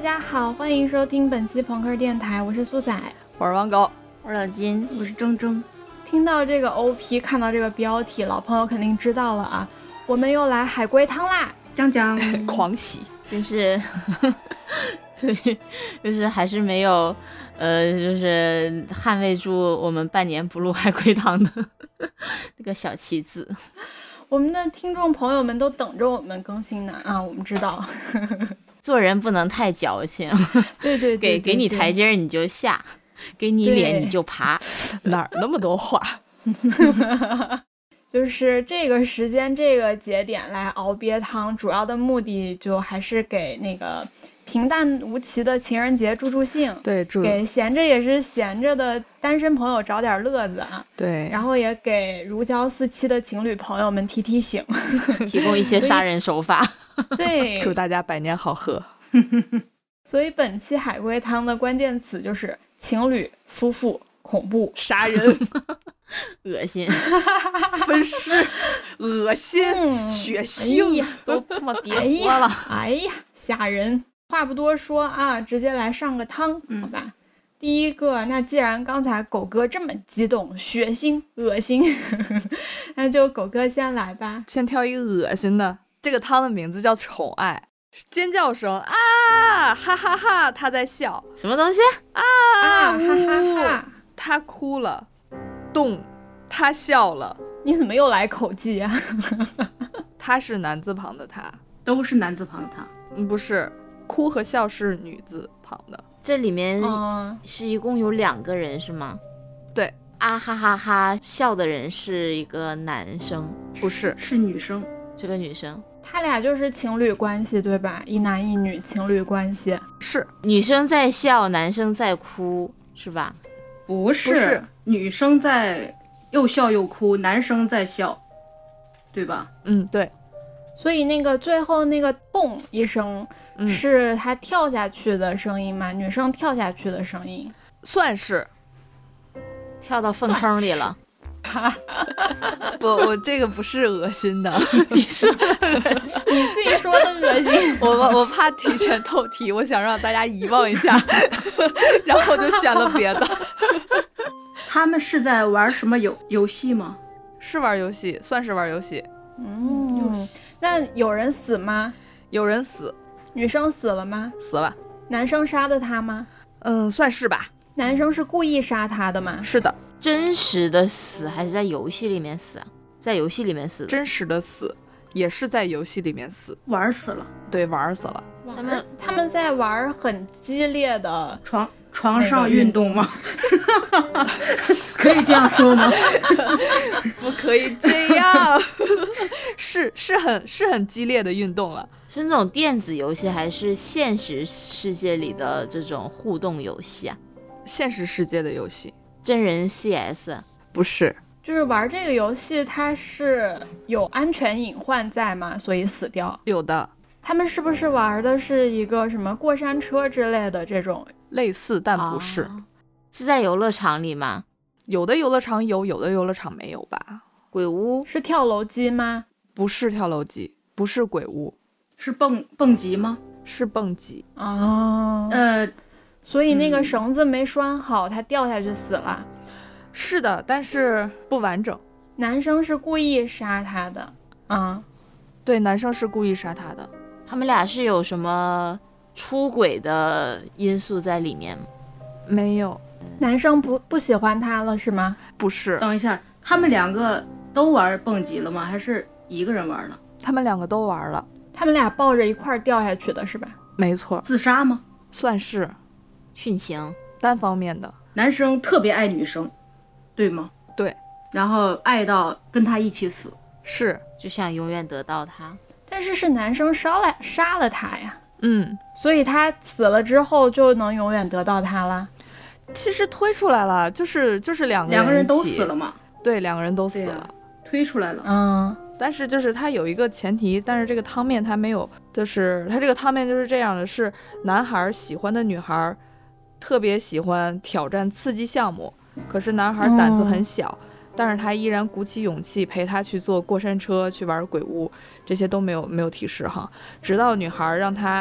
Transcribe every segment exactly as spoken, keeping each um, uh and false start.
家好，欢迎收听本期朋克电台，我是苏仔， 我是王狗， 我是老金， 我是铮铮。 听到这个 O P， 看到这个标题，老朋友肯定知道了啊，我们又来海龟汤啦， 讲讲狂喜， 就是对，就是还是没有呃，就是捍卫住我们半年不录海龟汤的那个小旗子。 我们的听众朋友们都等着我们更新呢啊，我们知道。 做人不能太矫情， 对对对对对， 给给你台阶你就下，给你脸你就爬， 哪儿那么多话？ 就是这个时间这个节点来熬鳖汤，主要的目的就还是给那个平淡无奇的情人节助助兴， 对，助给闲着也是闲着的单身朋友找点乐子啊， 对， 然后也给如胶似漆的情侣朋友们提提醒， 提供一些杀人手法。 对， 祝大家百年好合。 所以本期海龟汤的关键词就是情侣、夫妇、恐怖、 杀人、 恶心、 分尸、恶心、嗯、血腥、 哎呀， 都他妈别播了！ 哎呀，吓人！话不多说啊，直接来上个汤，好吧？嗯、第一个，那既然刚才狗哥这么激动、血腥、恶心，那就狗哥先来吧。 先挑一个恶心的。这个汤的名字叫宠爱，尖叫声啊，哈哈哈，他在笑， 什么东西啊？ 啊，哈哈哈， 他哭了，动，他笑了。 你怎么又来口技啊？ 他是男字旁的他， 都是男字旁的他， 嗯，不是，哭和笑是女字旁的。 这里面是一共有两个人是吗？ 对， 啊哈哈哈，笑的人是一个男生， 不是， 是女生， 是个女生。 他俩就是情侣关系对吧？一男一女情侣关系。 是， 女生在笑，男生在哭是吧？ 不是， 不是， 女生在又笑又哭，男生在笑，对吧？ 嗯，对。 所以那个最后那个咚一声、嗯、是他跳下去的声音吗？女生跳下去的声音？ 算是， 跳到粪坑里了。 不，我这个不是恶心的， 你说你自己说的恶心。 我我我怕提前透题，我想让大家遗忘一下，然后就选了别的。 他们是在玩什么游游戏吗？ 是玩游戏，算是玩游戏。 嗯，那有人死吗？ 有人死。 女生死了吗？ 死了。 男生杀的他吗？ 嗯，算是吧。 男生是故意杀他的吗？ 是的。 真实的死还是在游戏里面死啊？在游戏里面死的。 真实的死也是在游戏里面死， 玩死了。 对，玩死了。 他们他们在玩很激烈的床床上运动吗？可以这样说吗？ 不可以这样。是是很是很激烈的运动了。 是那种电子游戏还是现实世界里的这种互动游戏啊？ 现实世界的游戏。 真人 C S 不是， 就是玩这个游戏它是有安全隐患在吗？所以死掉？ 有的。 他们是不是玩的是一个什么过山车之类的这种？ 类似但不是、 哦、是在游乐场里吗？ 有的游乐场有，有的游乐场没有吧。 鬼屋是跳楼机吗？ 不是跳楼机，不是鬼屋。 是蹦蹦极吗？ 是蹦极。 哦， 呃所以那个绳子没拴好、嗯、他掉下去死了。 是的，但是不完整。 男生是故意杀他的。嗯， 对，男生是故意杀他的。 他们俩是有什么出轨的因素在里面吗？ 没有。 男生不不喜欢他了是吗？ 不是。 等一下，他们两个都玩蹦极了吗？还是一个人玩了？ 他们两个都玩了。 他们俩抱着一块掉下去的是吧？ 没错。 自杀吗？ 算是。 殉情， 单方面的。 男生特别爱女生，对吗？ 对。 然后爱到跟他一起死。 是， 就想永远得到他。 但是是男生杀了杀了他呀。 嗯， 所以他死了之后就能永远得到他了。 其实推出来了，就是就是两个人两个人都死了嘛。 对，两个人都死了、 啊、推出来了。 嗯， 但是就是他有一个前提，但是这个汤面他没有，就是他这个汤面就是这样的，是男孩喜欢的女孩特别喜欢挑战刺激项目，可是男孩胆子很小、嗯、但是他依然鼓起勇气陪他去坐过山车，去玩鬼屋，这些都没有没有提示哈。直到女孩让他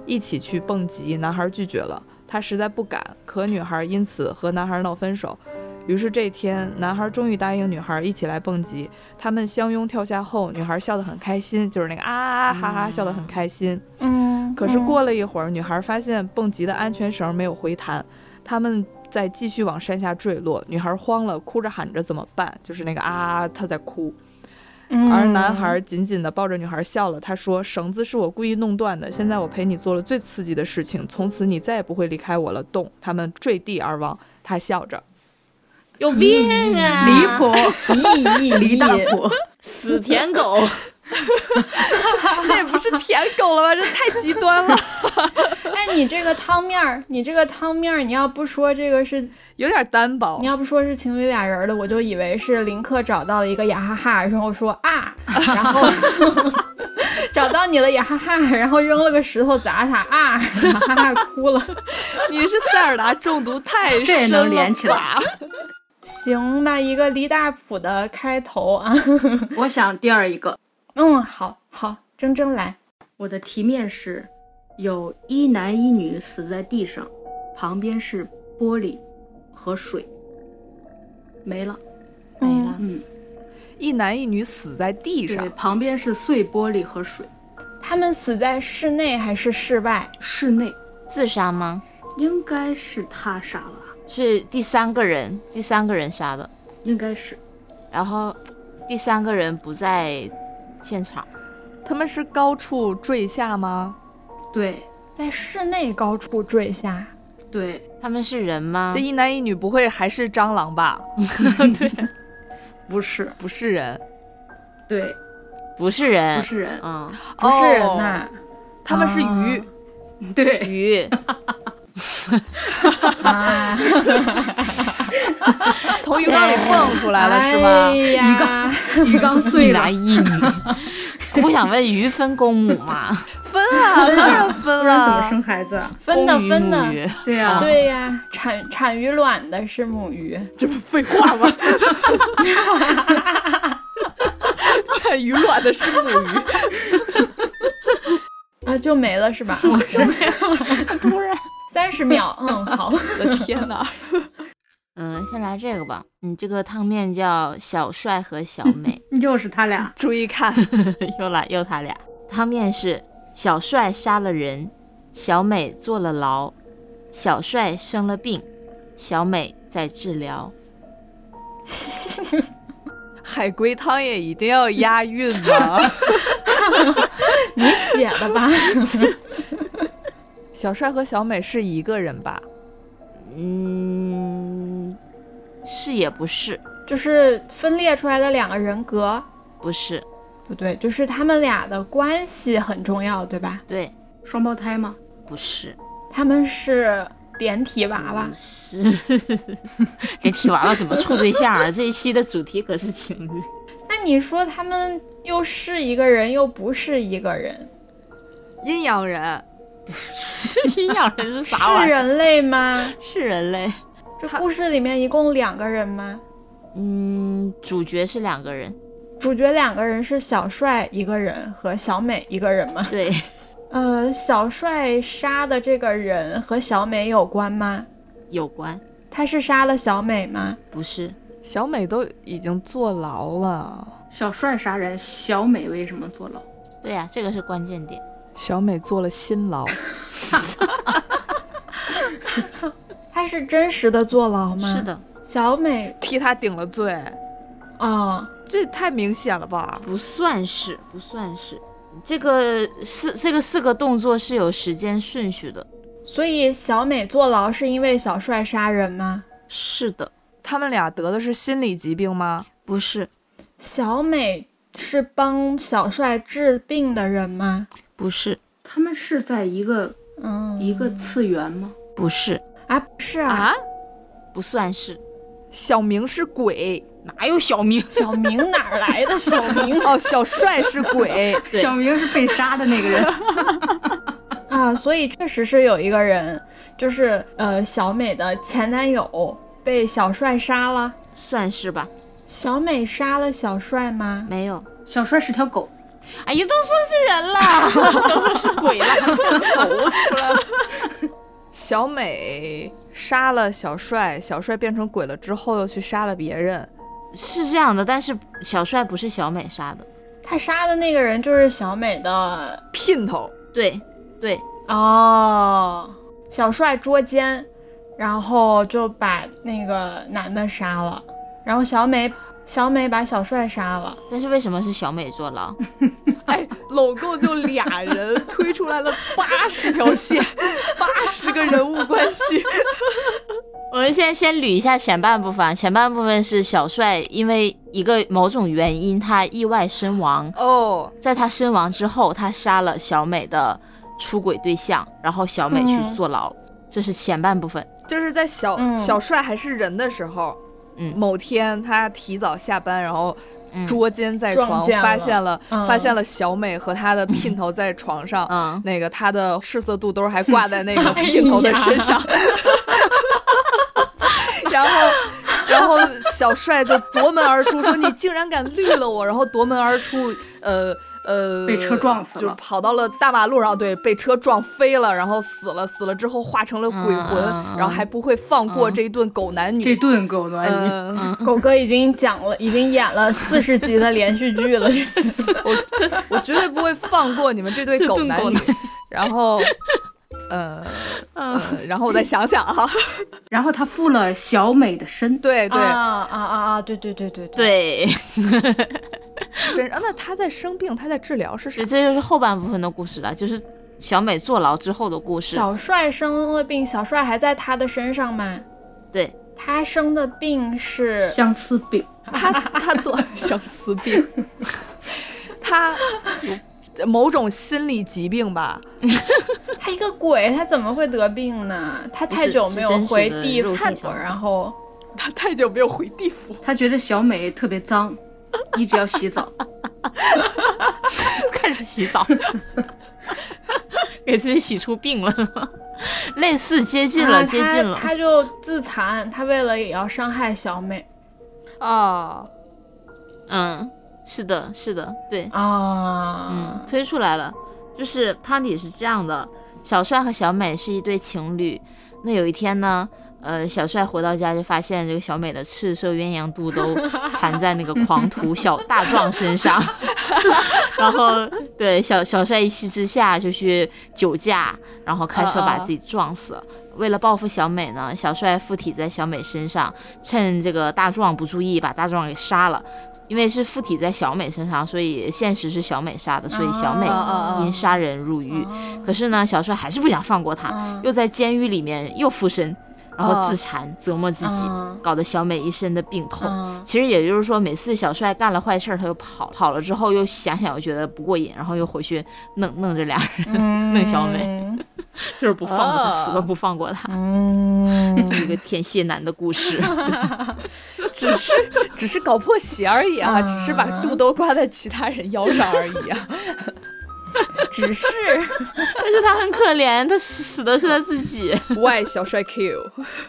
一起去蹦极，男孩拒绝了，他实在不敢，可女孩因此和男孩闹分手。于是这天，男孩终于答应女孩一起来蹦极。他们相拥跳下后，女孩笑得很开心，就是那个啊哈哈笑得很开心。 嗯， 可是过了一会儿，女孩发现蹦极的安全绳没有回弹，他们再继续往山下坠落。女孩慌了，哭着喊着怎么办？就是那个啊，她在哭。而男孩紧紧地抱着女孩笑了，他说：“绳子是我故意弄断的，现在我陪你做了最刺激的事情，从此你再也不会离开我了。”动，他们坠地而亡。他笑着。 有病啊！ 离谱， 咦离大谱， 死舔狗。 这也不是舔狗了吧？这太极端了。 哎，你这个汤面儿，你这个汤面儿，你要不说这个是有点单薄， 你要不说是情侣俩人的，我就以为是林克找到了一个雅哈哈，然后说啊，然后找到你了雅哈哈，然后扔了个石头砸他啊，雅哈哈哭了。 你是塞尔达中毒太深了， 这也能连起来。 行，那一个离大谱的开头啊。 我想第二一个。 嗯，好好，铮铮来。 我的题面是：有一男一女死在地上，旁边是玻璃和水，没了， 没了。 嗯， 一男一女死在地上， 对，旁边是碎玻璃和水。 他们死在室内还是室外？ 室内。 自杀吗？ 应该是他杀了， 是第三个人，第三个人杀的， 应该是。 然后第三个人不在现场。 他们是高处坠下吗？ 对， 在室内高处坠下。 对， 他们是人吗？ 这一男一女不会还是蟑螂吧？ 对，不是， 不是人。 对， 不是人， 不是人， 嗯， 不是人呐、 哦，他们是鱼。 啊对， 鱼。 啊， 从鱼缸里蹦出来了是吗？ 哎呀， 鱼缸碎了。 一男一女。我想问，鱼分公母吗？ 分啊，当然分了， 不然怎么生孩子啊？ 分的公鱼分的母鱼， 对呀、啊， 对呀，产产鱼卵的是母鱼， 这不废话吗？产鱼卵的是母鱼。 啊，就没了是吧？ 突然三十秒，嗯，好。 我的天哪！ 嗯，先来这个吧。你、嗯、这个汤面叫小帅和小美， 又是他俩。 注意看， 又来又他俩。汤面是小帅杀了人，小美坐了牢，小帅生了病，小美在治疗。 海龟汤也一定要押韵吗？ 你写的吧？ 小帅和小美是一个人吧？ 嗯，是也不是， 就是分裂出来的两个人格， 不是， 不对，就是他们俩的关系很重要，对吧？ 对， 双胞胎吗？ 不是， 他们是连体娃娃， 是连体娃娃怎么处对象啊？这一期的主题可是情侣。 那你说他们又是一个人，又不是一个人， 阴阳人。 是阴阳人是啥玩意儿？ 是人类吗？ 是人类。 这故事里面一共两个人吗？ 嗯，主角是两个人。 主角两个人是小帅一个人和小美一个人吗？ 对。 呃，小帅杀的这个人和小美有关吗？ 有关。 他是杀了小美吗？ 不是。 小美都已经坐牢了。 小帅杀人，小美为什么坐牢？ 对呀、啊，这个是关键点。 小美坐了新牢。 他是真实的坐牢吗？ 是的。 小美替他顶了罪。 哦， 这太明显了吧？ 不算是，不算是。这个四这个四个动作是有时间顺序的。 所以小美坐牢是因为小帅杀人吗？ 是的。 他们俩得的是心理疾病吗？ 不是。 小美是帮小帅治病的人吗？ 不是。 他们是在一个嗯一个次元吗？ 不是。 啊，不是啊， 啊不算是。 小明是鬼。 哪有小明？ 小明哪儿来的小明？ 哦，小帅是鬼。 小明是被杀的那个人。 啊，所以确实是有一个人，就是呃小美的前男友被小帅杀了。 算是吧。 小美杀了小帅吗？ 没有。 小帅是条狗。 哎呀，都说是人了，都说是鬼了，狗出来了。 小美杀了小帅，小帅变成鬼了之后又去杀了别人， 是这样的，但是小帅不是小美杀的， 他杀的那个人就是小美的姘头。 对对哦，小帅捉奸，然后就把那个男的杀了，然后小美小美把小帅杀了。 但是为什么是小美坐牢？ 哎，拢共就俩人推出来了八十条线，八十个人物关系。 我们先先捋一下前半部分，前半部分是小帅因为一个某种原因他意外身亡哦， oh. 在他身亡之后，他杀了小美的出轨对象，然后小美去坐牢，嗯、这是前半部分。 就是在小、嗯、小帅还是人的时候，嗯，某天他提早下班，然后捉奸在床， 嗯、 发现了、 嗯、 发现了小美和他的姘头在床上， 嗯， 那个他的赤色肚兜还挂在那个姘头的身上。然后，然后小帅就夺门而出，说：“你竟然敢绿了我！”然后夺门而出，呃呃， 被车撞死了， 就跑到了大马路上，对，被车撞飞了，然后死了，死了之后化成了鬼魂， 嗯、 然后还不会放过这顿狗男女。 这顿狗男女， 嗯、 狗哥已经讲了，已经演了四十集的连续剧了。 我我绝对不会放过你们这对狗男女。然后。呃, 呃，然后我再想想哈， 然后他附了小美的身， 对对啊啊啊啊，对对对对对， 真那他在生病，他在治疗是啥？ 这就是后半部分的故事了，就是小美坐牢之后的故事。 小帅生了病，小帅还在他的身上吗？ 对， 他生的病是相思病， 他他做相思病，他有某种心理疾病吧。 他一个鬼，他怎么会得病呢？他太久没有回地府，然后他太久没有回地府， 他觉得小美特别脏，一直要洗澡， 开始洗澡，给自己洗出病了是吗？类似接近了，啊、接近了， 他, 他就自残，他为了也要伤害小美啊， 嗯，是的，是的，对啊， 嗯，推出来了。就是汤底是这样的，小帅和小美是一对情侣。那有一天呢，呃，小帅回到家就发现这个小美的赤色鸳鸯肚都缠在那个狂徒小大壮身上，然后对小小帅一气之下就去酒驾，然后开车把自己撞死了。为了报复小美呢，小帅附体在小美身上，趁这个大壮不注意把大壮给杀了。因为是附体在小美身上，所以现实是小美杀的，所以小美因杀人入狱。可是呢，小帅还是不想放过他，又在监狱里面又附身，然后自残折磨自己，搞得小美一身的病痛。其实也就是说，每次小帅干了坏事他就跑，跑了之后又想想又觉得不过瘾，然后又回去弄弄这俩人，弄小美，就是不放过他，死都不放过他。一个天蝎男的故事。 只是只是搞破鞋而已啊，只是把肚兜挂在其他人腰上而已啊。 只是， 但是他很可怜，他死的是他自己。 Why 小帅 kill？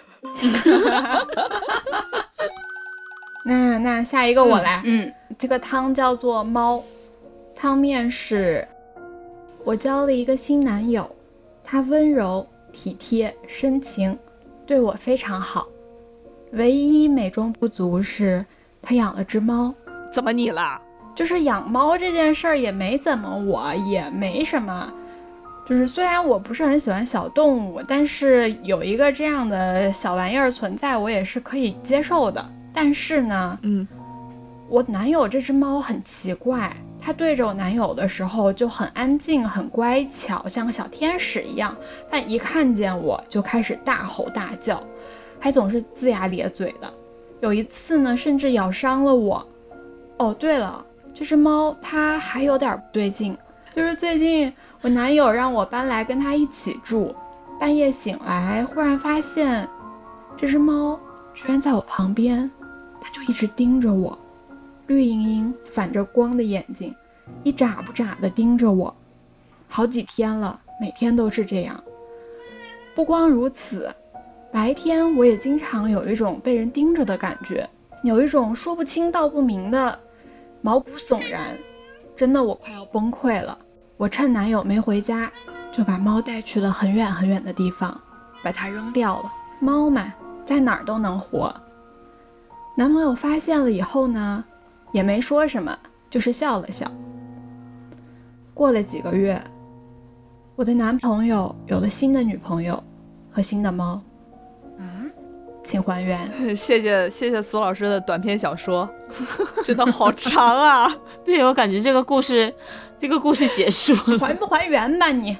那那下一个我来， 嗯，嗯这个汤叫做猫，汤面是：我交了一个新男友，他温柔体贴深情，对我非常好。唯一美中不足是他养了只猫。 怎么你了？ 就是养猫这件事儿也没怎么，我也没什么，就是虽然我不是很喜欢小动物，但是有一个这样的小玩意儿存在我也是可以接受的。但是呢， 嗯， 我男友这只猫很奇怪，他对着我男友的时候就很安静很乖巧，像个小天使一样，但一看见我就开始大吼大叫，还总是龇牙咧嘴的。有一次呢，甚至咬伤了我。哦，对了，这只猫它还有点不对劲，就是最近我男友让我搬来跟他一起住，半夜醒来忽然发现这只猫居然在我旁边，它就一直盯着我，绿莹莹反着光的眼睛一眨不眨地盯着我，好几天了，每天都是这样。不光如此，白天我也经常有一种被人盯着的感觉，有一种说不清道不明的毛骨悚然， 真的我快要崩溃了。我趁男友没回家，就把猫带去了很远很远的地方，把它扔掉了。猫嘛，在哪儿都能活。男朋友发现了以后呢，也没说什么，就是笑了笑。过了几个月，我的男朋友有了新的女朋友和新的猫。 嗯， 请还原。 谢谢谢谢苏老师的短篇小说，真的好长啊！ 对，我感觉这个故事，这个故事结束了。 还不还原吧你？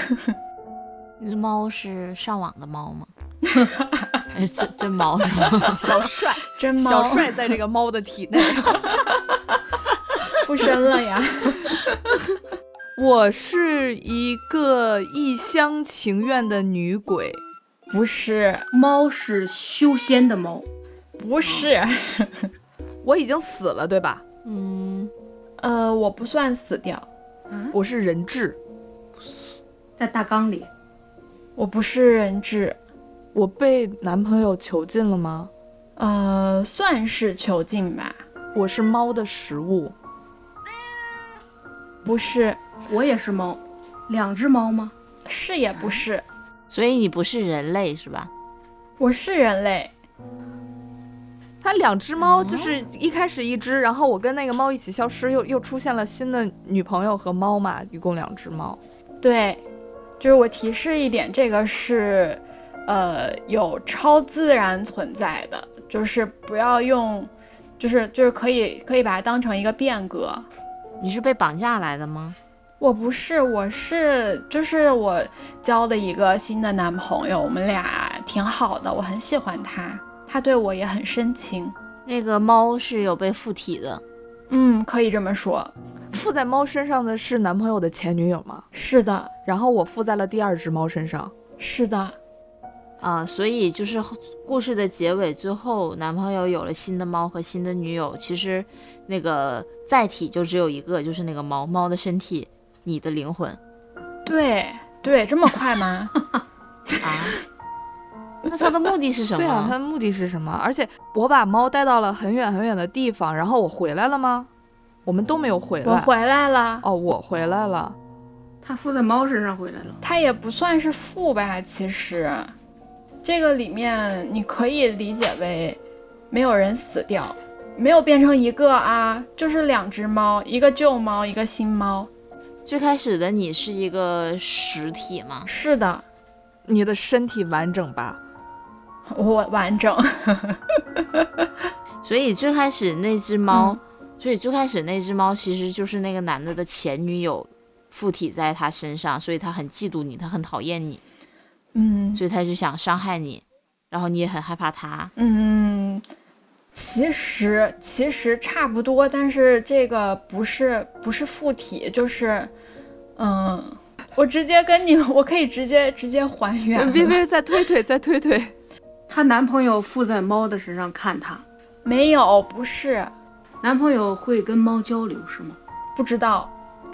猫是上网的猫吗？真真猫是吗？ 小帅， 真猫， 小帅在这个猫的体内附身了呀！ 我是一个一厢情愿的女鬼。 不是， 猫是修仙的猫。 不是， 我已经死了，对吧？ 嗯， 呃，我不算死掉。 嗯， 我是人质。 在大缸里。 我不是人质。 我被男朋友囚禁了吗？ 呃，算是囚禁吧。 我是猫的食物。 不是。 我也是猫。两只猫吗？ 是也不是。 所以你不是人类是吧？ 我是人类。 它两只猫就是一开始一只，然后我跟那个猫一起消失，又又出现了新的女朋友和猫嘛，一共两只猫。 对，就是我提示一点，这个是呃有超自然存在的，就是不要用，就是就是可以可以把它当成一个变革。 你是被绑架来的吗？ 我不是，我是就是我交了一个新的男朋友，我们俩挺好的，我很喜欢他，他对我也很深情。 那个猫是有被附体的。 嗯，可以这么说。 附在猫身上的是男朋友的前女友吗？ 是的。 然后我附在了第二只猫身上。 是的。 啊，所以就是故事的结尾，最后男朋友有了新的猫和新的女友，其实那个载体就只有一个，就是那个猫，猫的身体，你的灵魂。 对对，这么快吗？ 啊？那他的目的是什么？ 对啊，他的目的是什么？而且我把猫带到了很远很远的地方，然后我回来了吗？我们都没有回来。 我回来了。 哦，我回来了。 他附在猫身上回来了。 他也不算是附吧，其实这个里面你可以理解为没有人死掉，没有变成一个啊，就是两只猫，一个旧猫，一个新猫。 最开始的你是一个实体吗？ 是的。 你的身体完整吧？ 我完整。 所以最开始那只猫、 嗯、 所以最开始那只猫其实就是那个男的的前女友附体在他身上，所以他很嫉妒你，他很讨厌你。 嗯， 所以他就想伤害你，然后你也很害怕他。 嗯，其实其实差不多，但是这个不是不是附体，就是嗯，我直接跟你们，我可以直接直接还原。 别别再推推再推推。 她男朋友附在猫的身上看她？ 没有，不是。 男朋友会跟猫交流是吗？ 不知道。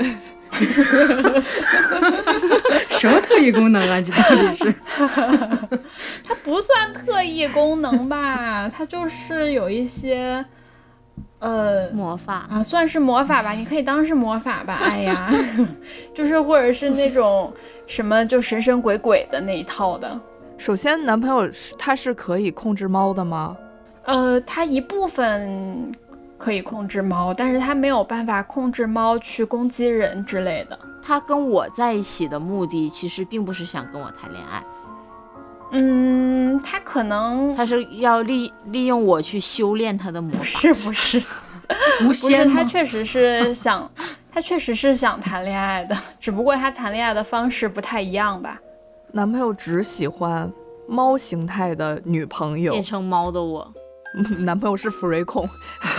什么特异功能啊？这到底是？ 它不算特异功能吧，它就是有一些呃魔法啊，算是魔法吧，你可以当是魔法吧。哎呀，就是或者是那种什么就神神鬼鬼的那一套的。 首先，男朋友他是可以控制猫的吗？ 呃，他一部分可以控制猫，但是他没有办法控制猫去攻击人之类的。 他跟我在一起的目的其实并不是想跟我谈恋爱。 嗯，他可能他是要利利用我去修炼他的魔法。 不是不是不是， 他确实是想，他确实是想谈恋爱的，只不过他谈恋爱的方式不太一样吧。 男朋友只喜欢猫形态的女朋友， 变成猫的我。 男朋友是福瑞控。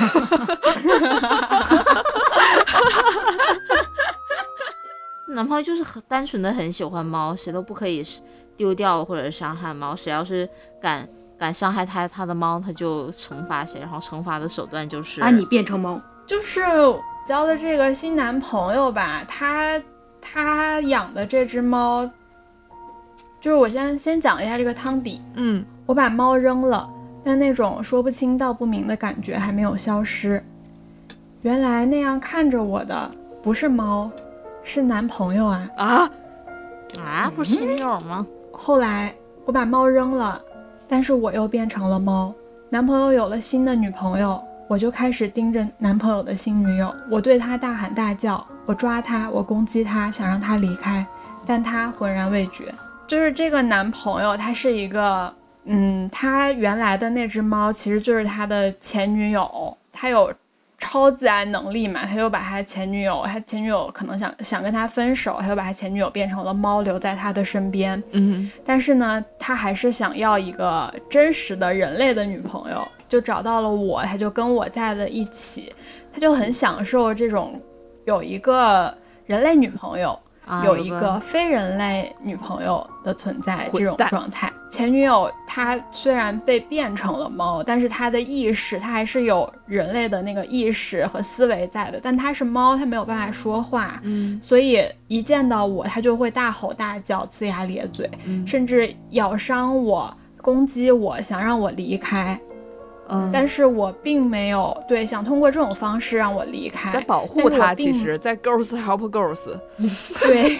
男朋友就是很单纯的很喜欢猫，谁都不可以丢掉或者伤害猫，谁要是敢敢伤害他他的猫，他就惩罚谁，然后惩罚的手段就是把你变成猫。 就是交的这个新男朋友吧，他他养的这只猫，就是我先先讲一下这个汤底。 嗯， 我把猫扔了，但那种说不清道不明的感觉还没有消失。原来那样看着我的不是猫，是男朋友啊啊啊，不是前女友吗？ 后来我把猫扔了，但是我又变成了猫。男朋友有了新的女朋友，我就开始盯着男朋友的新女友，我对他大喊大叫，我抓他，我攻击他，想让他离开，但他浑然未觉。就是这个男朋友，他是一个，嗯，他原来的那只猫其实就是他的前女友，他有超自然能力嘛，他就把他前女友，他前女友可能想想跟他分手，他就把他前女友变成了猫，留在他的身边。 嗯， 但是呢，他还是想要一个真实的人类的女朋友，就找到了我，他就跟我在了一起，他就很享受这种有一个人类女朋友。 啊、 有一个非人类女朋友的存在，这种混蛋状态。前女友她虽然被变成了猫，但是她的意识，她还是有人类的那个意识和思维在的，但她是猫，她没有办法说话， 嗯， 所以一见到我，她就会大吼大叫，龇牙咧嘴， 嗯甚至咬伤我，攻击我，想让我离开。 嗯， 但是我并没有对想通过这种方式让我离开， 在保护他， 并其实在 girls help girls。 对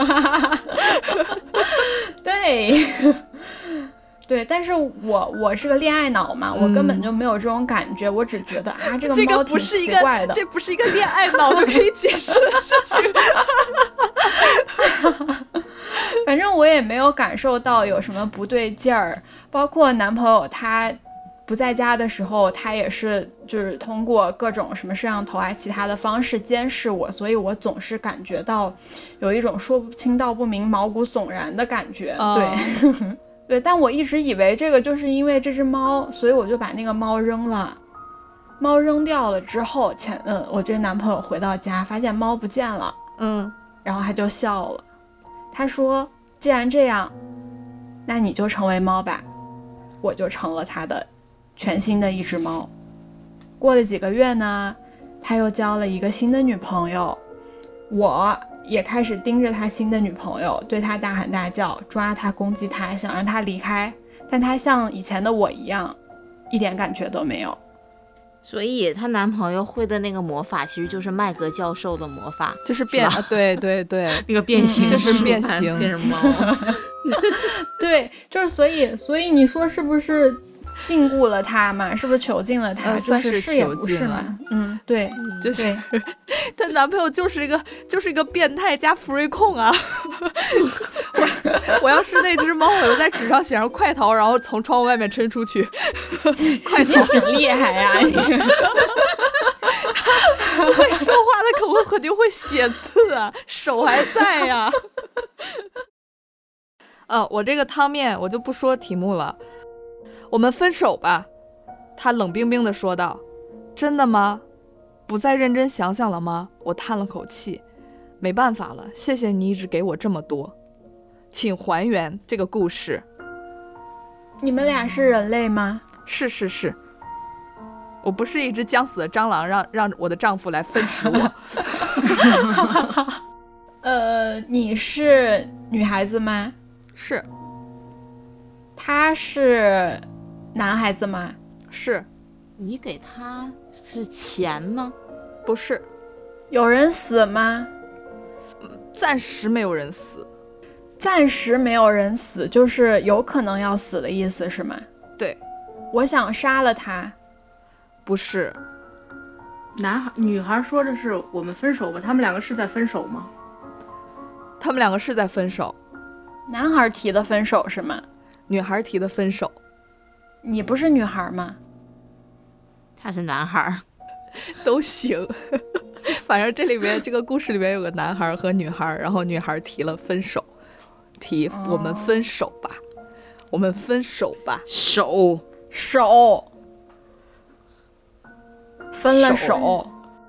对对，但是我我是个恋爱脑嘛， 嗯我根本就没有这种感觉，我只觉得啊这个这个猫挺不是一个奇怪的， 这不是一个恋爱脑就可以解释的事情。 反正我也没有感受到有什么不对劲儿，包括男朋友他不在家的时候，他也是就是通过各种什么摄像头啊其他的方式监视我，所以我总是感觉到有一种说不清道不明毛骨悚然的感觉。 哦、 对对，但我一直以为这个就是因为这只猫，所以我就把那个猫扔了。猫扔掉了之后，前嗯，我这男朋友回到家发现猫不见了， 嗯， 然后他就笑了，他说既然这样，那你就成为猫吧。我就成了他的全新的一只猫。过了几个月呢，他又交了一个新的女朋友，我也开始盯着他新的女朋友，对他大喊大叫，抓他，攻击他，想让他离开，但他像以前的我一样，一点感觉都没有。 所以她男朋友会的那个魔法其实就是麦格教授的魔法， 就是变，啊、对对对， 那个变形， 嗯、就是变形， 变成猫。 对，就是所以，所以你说是不是禁锢了他嘛？是不是囚禁了他？ 呃、 就是是也不是嘛。嗯，对， 嗯、就是对她男朋友就是一个就是一个变态加福瑞控啊！我我要是那只猫，我就在纸上写上快逃，然后从窗户外面伸出去。快逃， 你挺厉害呀！你不会说话的可我肯定会写字啊，手还在呀。呃，我这个汤面我就不说题目了，我们分手吧。他冷冰冰地说道。真的吗？不再认真想想了吗？我叹了口气，没办法了，谢谢你一直给我这么多，请还原这个故事。 你们俩是人类吗？ 是是是，我不是一只将死的蟑螂，让让我的丈夫来分食我。 呃，你是女孩子吗？ 是。 他是男孩子吗？ 是。 你给他是钱吗？ 不是。 有人死吗？ 暂时没有人死。 暂时没有人死，就是有可能要死的意思是吗？ 对。 我想杀了他。 不是。 男孩女孩说的是我们分手吧，他们两个是在分手吗？ 他们两个是在分手。 男孩提的分手是吗？ 女孩提的分手。 你不是女孩吗？ 他是男孩， 都行。反正这里面这个故事里面有个男孩和女孩，然后女孩提了分手，提我们分手吧，哦、我们分手吧， 手手分了手。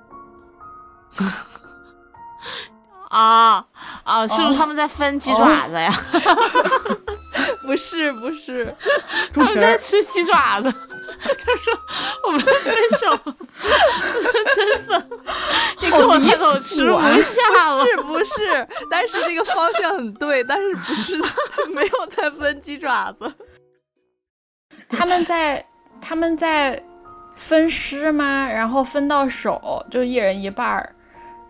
啊啊！是不是他们在分鸡爪子呀？ 哦、不是不是， 他们在吃鸡爪子。他说我们分手，真的，你跟我抬头吃不下了。 不是不是，但是这个方向很对，但是不是没有在分鸡爪子。 他们在他们在分尸吗？然后分到手，就一人一半儿。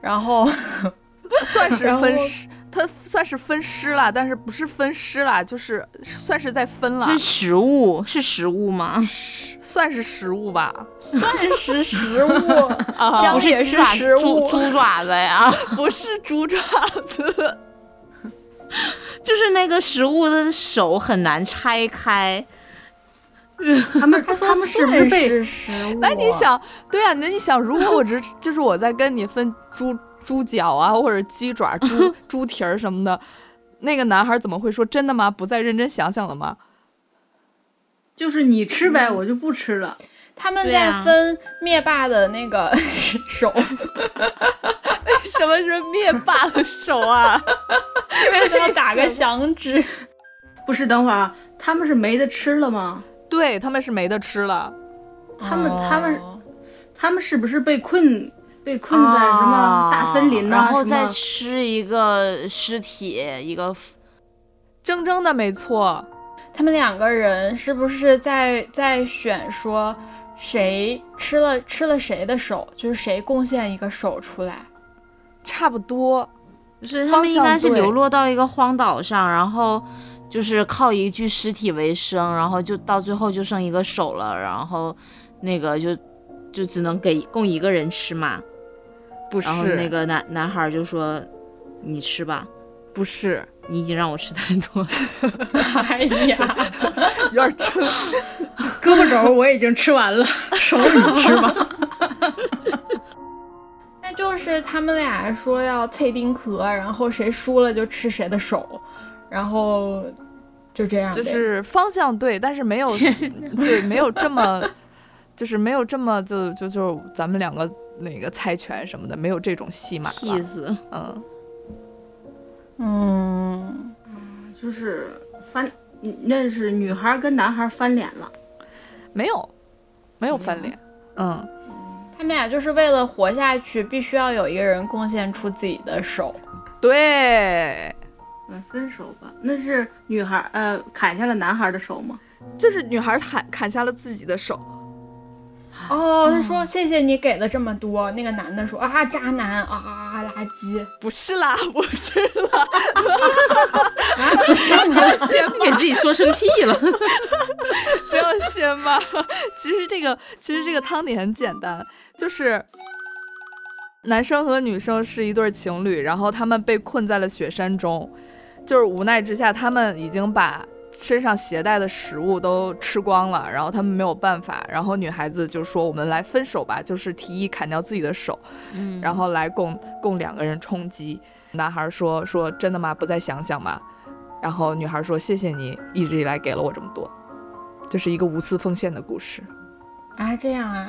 然后算是分尸，它算是分尸了，但是不是分尸了，就是算是在分了。 是食物，是食物吗？ 算是食物吧， 算是食物，姜也是食物， 猪爪子呀， 不是猪爪子， 就是那个食物的手很难拆开。 他们他们是不是被食物？ 那你想，对啊，那你想，如果我只就是我在跟你分猪猪脚啊，或者鸡爪、猪猪蹄儿什么的，那个男孩怎么会说真的吗？不再认真想想了吗？ 就是你吃呗，嗯、我就不吃了。 他们在分灭霸的那个手，为什么是灭霸的手啊？ 因为他要打个响指。 不是，等会儿他们是没得吃了吗？ 对，他们是没得吃了。 他们、哦、他们他们是不是被困被困在什么大森林呢、啊？ 然后再吃一个尸体，一个铮铮的没错。 他们两个人是不是在在选说谁吃了吃了谁的手，就是谁贡献一个手出来？ 差不多， 就是他们应该是流落到一个荒岛上，然后就是靠一具尸体为生，然后就到最后就剩一个手了，然后那个就就只能给供一个人吃嘛。 不是， 然后那个男男孩就说：“你吃吧。” 不是， 你已经让我吃太多了。 哎呀， 有点撑。 胳膊肘我已经吃完了，手你吃吧。 那就是他们俩说要脆丁壳，然后谁输了就吃谁的手，然后就这样。 就是方向对，但是没有对，没有这么，就是没有这么就就就咱们两个那个猜拳什么的，没有这种戏码。 意思， 嗯。嗯， 就是翻，那是女孩跟男孩翻脸了， 没有，没有翻脸，嗯， 他们俩就是为了活下去，必须要有一个人贡献出自己的手， 对， 嗯，分手吧，那是女孩呃砍下了男孩的手吗？ 就是女孩砍砍下了自己的手。 哦，他说谢谢你给了这么多，那个男的说啊渣男啊垃圾， 不是啦，不是啦， 啊不是吗？ 先给自己说生气了， 不要先吧。其实这个其实这个汤底很简单，就是男生和女生是一对情侣，然后他们被困在了雪山中，就是无奈之下，他们已经把身上携带的食物都吃光了，然后他们没有办法，然后女孩子就说我们来分手吧，就是提议砍掉自己的手，嗯，然后来供供两个人充饥。男孩说说真的吗？不再想想吗？然后女孩说谢谢你一直以来给了我这么多，就是一个无私奉献的故事啊。这样啊。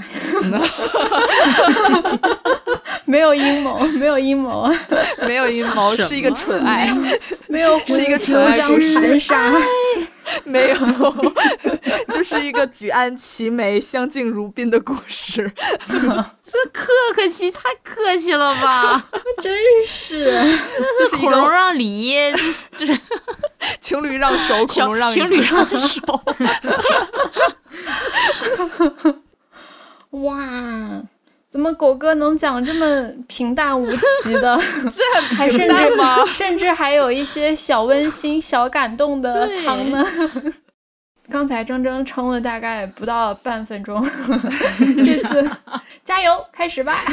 没有阴谋，没有阴谋， 没有阴谋，是一个纯爱， 没有是一个纯爱互相残杀， 没有，就是一个举案齐眉、相敬如宾的故事。 这客客气太客气了吧？ 真是， 就是孔融让梨，就是就是情侣让手，孔融让梨， 情侣让手。 哇！怎么狗哥能讲这么平淡无奇的？ 这很还平淡吗？ 甚至还有一些小温馨、小感动的汤呢。刚才铮铮撑了大概不到半分钟，这次加油，开始吧。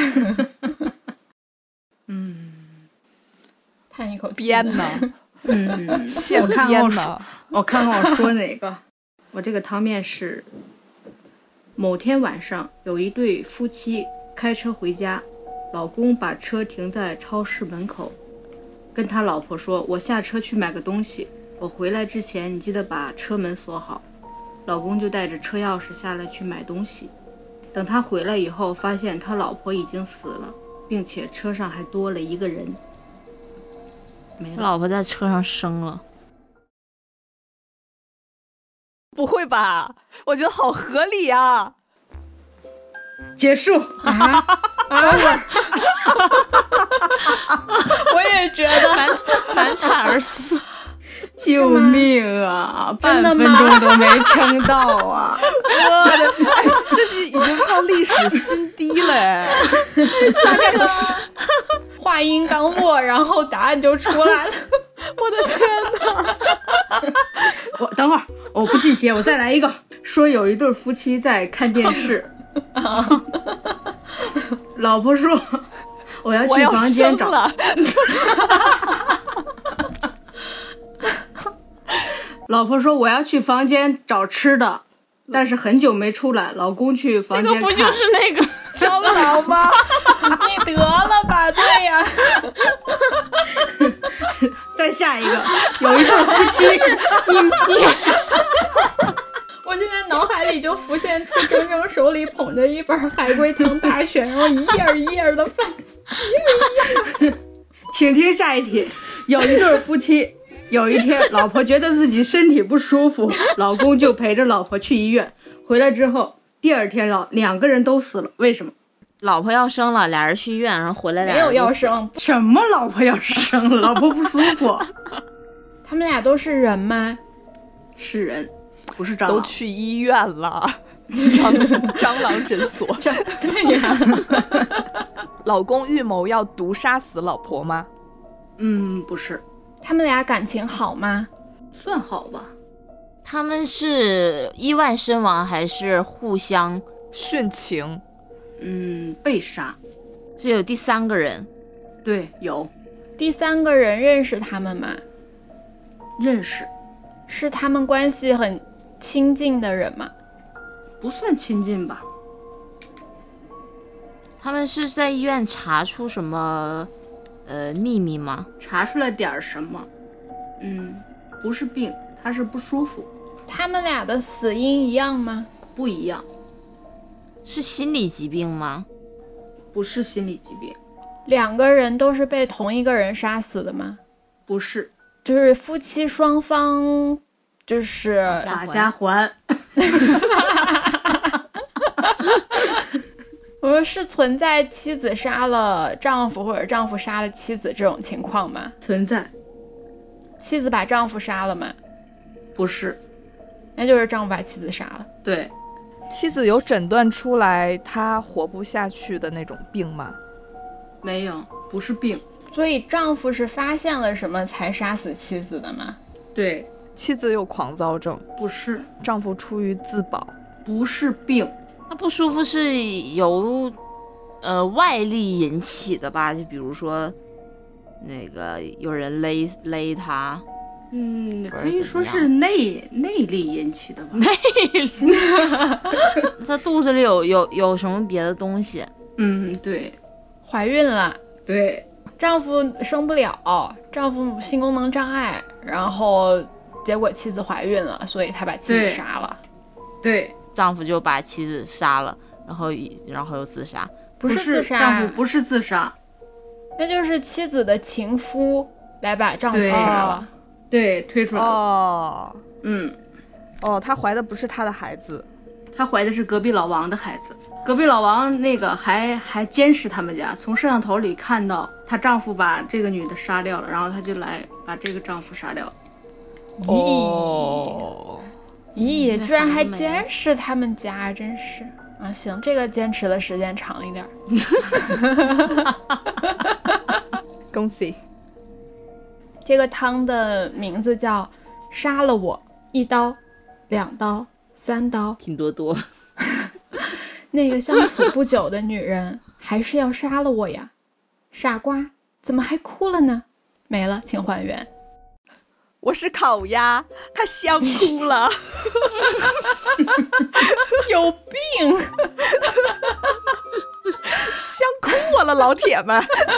嗯， 叹一口气。 编呢？ 嗯， 现我看编呢？ 我看看我说哪个？我这个汤面是：某天晚上，有一对夫妻开车回家，老公把车停在超市门口，跟他老婆说：“我下车去买个东西，我回来之前你记得把车门锁好。”老公就带着车钥匙下来去买东西。等他回来以后，发现他老婆已经死了，并且车上还多了一个人。没了。 老婆在车上生了。 不会吧？我觉得好合理啊！ 结束啊！啊我也觉得难难产而死。 救命啊！半分钟都没撑到啊！ 我的，哎，这是已经创历史新低了哎！大概都是话音刚落，然后答案就出来了。 我的天哪！ 我等会儿，我不信邪，我再来一个。说有一对夫妻在看电视，老婆说我要去房间找。 了老婆说我要去房间找吃的，但是很久没出来。老公去房间看， 这个不就是那个蟑螂吗？ 你得了吧，对呀。 再下一个，有一对夫妻，你你， 我现在脑海里就浮现出铮铮手里捧着一本《海龟汤大全》，然后一页一页的翻，一页一页的。 请听下一题。有一对夫妻，有一天老婆觉得自己身体不舒服，老公就陪着老婆去医院。回来之后，第二天老两个人都死了，为什么？ 老婆要生了，俩人去医院，然后回来俩没有人要生， 什么老婆要生了？老婆不舒服。 他们俩都是人吗？ 是人，不是蟑螂。 都去医院了，蟑蟑螂诊所。 对呀。 老公预谋要毒杀死老婆吗？ 嗯，不是。 他们俩感情好吗？ 算好吧。 他们是意外身亡还是互相殉情？ 嗯，被杀。 是有第三个人？ 对，有。 第三个人认识他们吗？ 认识。 是他们关系很亲近的人吗？ 不算亲近吧。 他们是在医院查出什么呃秘密吗？ 查出来点什么？嗯，不是病，他是不舒服。 他们俩的死因一样吗？ 不一样。 是心理疾病吗？ 不是心理疾病。 两个人都是被同一个人杀死的吗？ 不是。 就是夫妻双方就是打瞎还。 我说是存在妻子杀了丈夫或者丈夫杀了妻子这种情况吗？ 存在。 妻子把丈夫杀了吗？ 不是。 那就是丈夫把妻子杀了。 对。 妻子有诊断出来她活不下去的那种病吗？ 没有，不是病。 所以丈夫是发现了什么才杀死妻子的吗？ 对。 妻子有狂躁症？ 不是。 丈夫出于自保？ 不是病。 那不舒服是由呃外力引起的吧？就比如说那个有人勒勒他。 嗯，可以说是内内力引起的吧。 内力。他肚子里有有有什么别的东西？ 嗯，对。 怀孕了。 对。 丈夫生不了，丈夫性功能障碍，然后结果妻子怀孕了，所以他把妻子杀了。 对。 丈夫就把妻子杀了，然后然后又自杀。 不是自杀。 丈夫不是自杀， 那就是妻子的情夫来把丈夫杀了。 对，推出来了。 哦， 嗯， 哦，她怀的不是她的孩子， 她怀的是隔壁老王的孩子。隔壁老王那个还还监视他们家，从摄像头里看到她丈夫把这个女的杀掉了，然后她就来把这个丈夫杀掉了。 哦， 咦，居然还监视他们家，真是啊！行，这个坚持的时间长一点。 恭喜。 这个汤的名字叫杀了我，一刀两刀三刀。 拼多多。 那个相处不久的女人还是要杀了我呀，傻瓜，怎么还哭了呢？没了，请还原。 我是烤鸭，他香哭了。 有病。 香哭我了，老铁们。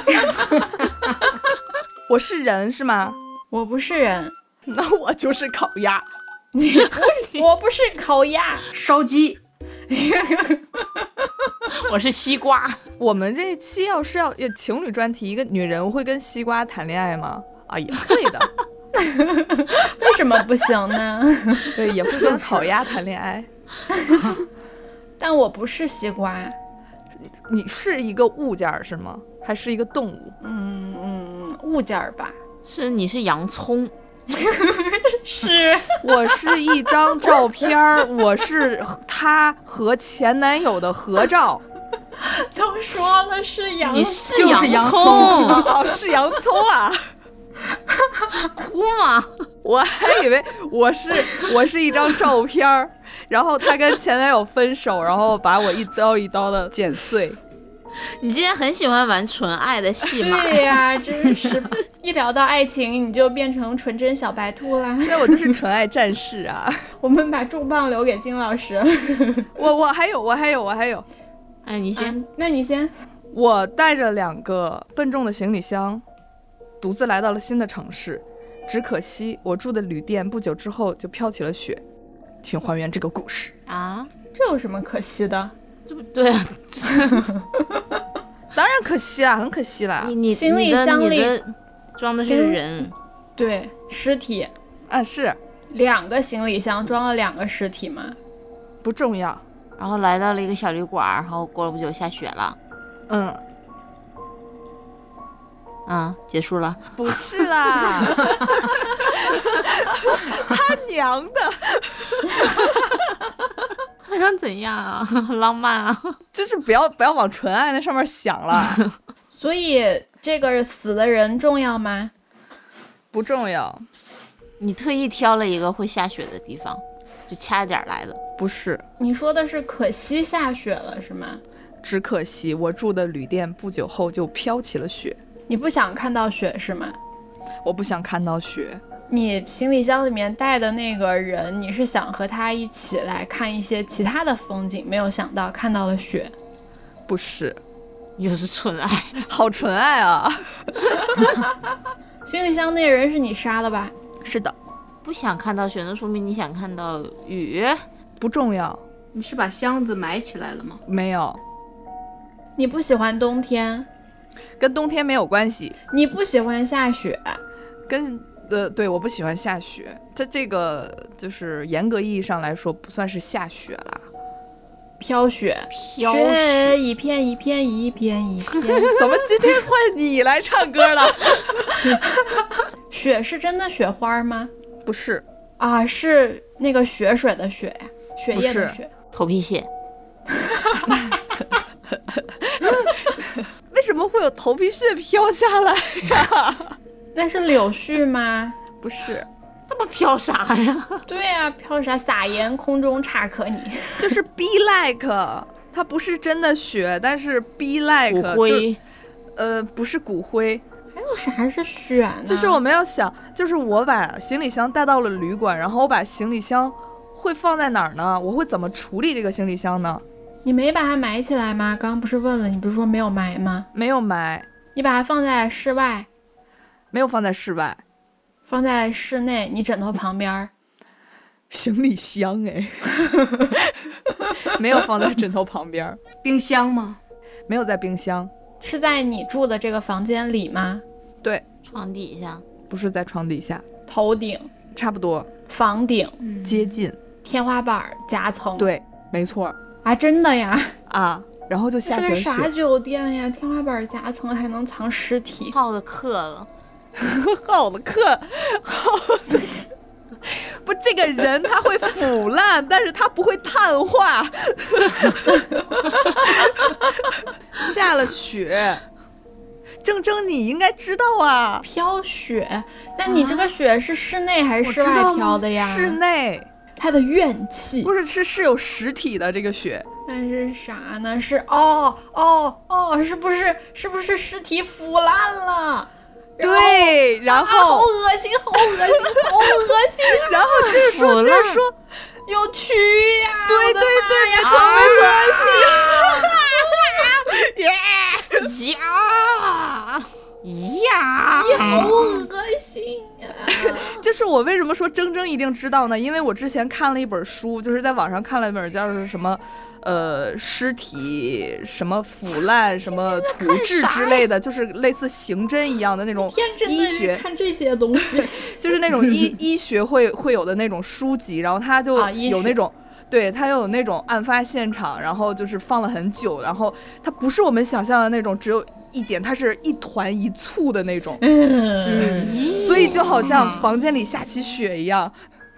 我是人是吗？ 我不是人。 那我就是烤鸭。 你不我不是烤鸭， 烧鸡。 我是西瓜。 我们这一期要是要情侣专题，一个女人会跟西瓜谈恋爱吗？啊，也会的。 为什么不行呢？ 对，也会跟烤鸭谈恋爱。 但我不是西瓜。 你是一个物件是吗？还是一个动物？ 嗯嗯，物件吧。 是你是洋葱。 是。 我是一张照片，我是她和前男友的合照。 都说了是洋你葱， 是洋洋葱， 哦，是洋葱啊！ 哭吗？ 我还以为我是我是一张照片儿，然后他跟前男友分手，然后把我一刀一刀的剪碎。 你今天很喜欢玩纯爱的戏码。 对呀、真是一聊到爱情你就变成纯真小白兔啦。 那我就是纯爱战士啊！ 我们把重磅留给金老师。 我我还有我还有我还有， 哎，你先、 啊，那你先。 我带着两个笨重的行李箱，独自来到了新的城市。只可惜我住的旅店不久之后就飘起了雪。请还原这个故事啊， 这有什么可惜的？ 这不对啊！ 当然可惜啦，很可惜啦。 你你行李箱里你的装的是人， 对，尸体， 啊，是两个行李箱装了两个尸体嘛。 不重要。 然后来到了一个小旅馆，然后过了不久下雪了， 嗯， 啊，结束了。 不是啦，他娘的！ 还想怎样啊？很浪漫啊！ 就是不要不要往纯爱那上面想了， 所以这个死的人重要吗？ 不重要。 你特意挑了一个会下雪的地方，就掐点来的。 不是， 你说的是可惜下雪了是吗？ 只可惜我住的旅店不久后就飘起了雪。 你不想看到雪是吗？ 我不想看到雪。 你行李箱里面带的那个人，你是想和他一起来看一些其他的风景，没有想到看到了雪。 不是， 又是纯爱， 好纯爱啊！ 行李箱那个人是你杀的吧？ 是的， 不想看到雪，那说明你想看到雨。 不重要。 你是把箱子埋起来了吗？ 没有， 你不喜欢冬天， 跟冬天没有关系。 你不喜欢下雪， 跟呃，对，我不喜欢下雪。这这个就是严格意义上来说，不算是下雪啦。 飘雪， 飘雪雪一片一片一片一片。 怎么今天换你来唱歌了？ 雪是真的雪花吗？ 不是， 啊，是那个雪水的雪呀，雪液的不是雪。 头皮屑， 为什么会有头皮屑飘下来呀？ 那是柳絮吗？ 不是， 这么飘啥呀？ 对啊，飘啥？撒盐空中差可你。 就是 be like， 它不是真的雪，但是 be like 骨灰就，呃，不是骨灰， 还有啥是雪呢？ 就是我们要想，就是我把行李箱带到了旅馆，然后我把行李箱会放在哪儿呢？我会怎么处理这个行李箱呢？ 你没把它埋起来吗？刚刚不是问了，你不是说没有埋吗？ 没有埋， 你把它放在室外， 没有放在室外， 放在室内，你枕头旁边儿。 行李箱哎，没有放在枕头旁边， 冰箱吗？ 没有在冰箱， 是在你住的这个房间里吗？ 对， 床底下， 不是在床底下， 头顶、 差不多房顶、 接近， 天花板、夹层。 对，没错啊，真的呀？ 啊，然后就下雪这是啥雪， 酒店呀？天花板夹层还能藏尸体？ 泡的渴了， 好的课，好的。不，这个人他会腐烂，但是他不会碳化。下了雪，铮铮你应该知道啊， 飘雪，但你这个雪是室内还是室外飘的呀？ 室内它的怨气不是是是有实体的这个雪， 那是啥呢？是哦哦哦，是不是是不是尸体腐烂了？ 对，然啊，好后恶心，好恶心，好恶心啊！ 然后就是说腐烂就是说， 有蛆呀！ 对我的对对， 妈呀， 没错好没错， 恶心！ 呀呀， 好恶心啊！ 就是我为什么说铮铮一定知道呢？因为我之前看了一本书，就是在网上看了一本叫是什么，呃，尸体什么腐烂什么土质之类的，就是类似刑侦一样的那种天真的医学， 看这些东西， 就是那种医医学会会有的那种书籍，然后它就啊医学有那种。对，它有那种案发现场，然后就是放了很久，然后它不是我们想象的那种只有一点，它是一团一簇的那种， 嗯， 所以就好像房间里下起雪一样。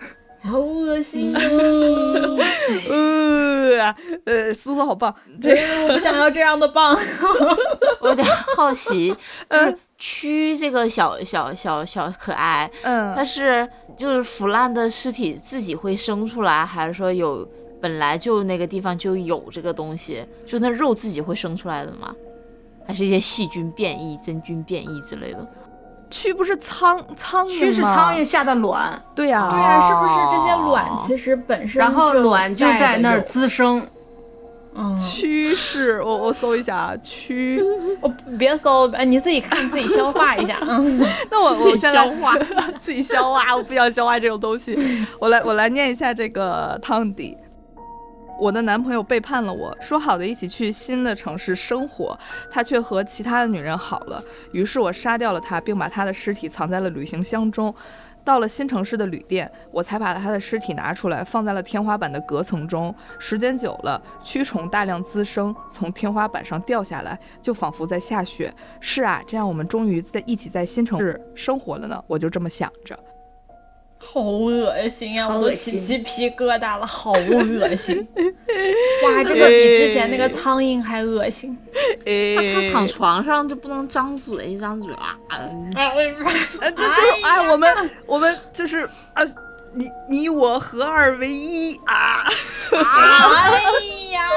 好恶心哦！ 呃呃，思思好棒， 对，我不想要这样的棒。 我有点好奇，就是蛆这个小小小小可爱， 嗯， 它是就是腐烂的尸体自己会生出来，还是说有本来就那个地方就有这个东西，就那肉自己会生出来的吗？还是一些细菌变异、真菌变异之类的？ 蛆不是苍苍蝇吗？ 蛆是苍蝇下的卵， 对呀、啊， 对啊，是不是这些卵其实本身然后卵就在那儿滋生？ 嗯， 蛆是我我搜一下啊，蛆， 我别搜了，你自己看，自己消化一下。嗯， 那我我先来消化， 自己消化，我不想消化这种东西。我来我来念一下这个汤底。我的男朋友背叛了我，说好的一起去新的城市生活，他却和其他的女人好了。于是我杀掉了他，并把他的尸体藏在了旅行箱中。到了新城市的旅店，我才把他的尸体拿出来，放在了天花板的隔层中。时间久了，蛆虫大量滋生，从天花板上掉下来，就仿佛在下雪。是啊，这样我们终于在一起在新城市生活了呢。我就这么想着。 好恶心啊！我都起鸡皮疙瘩了，好恶心！哇，这个比之前那个苍蝇还恶心。 他他躺床上就不能张嘴，一张嘴啊！ 哎，这就是哎，我们我们就是啊，你你我合二为一啊！ 哎呀，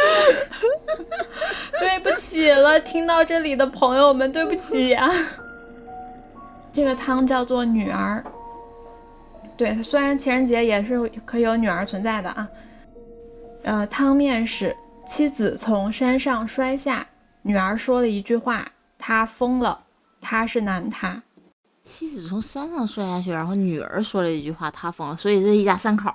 对不起了，听到这里的朋友们，对不起呀、啊。这个汤叫做女儿。对，虽然情人节也是可以有女儿存在的啊。呃，汤面是妻子从山上摔下，女儿说了一句话，他疯了，他是男他。 妻子从山上摔下去，然后女儿说了一句话，他疯了，所以这是一家三口。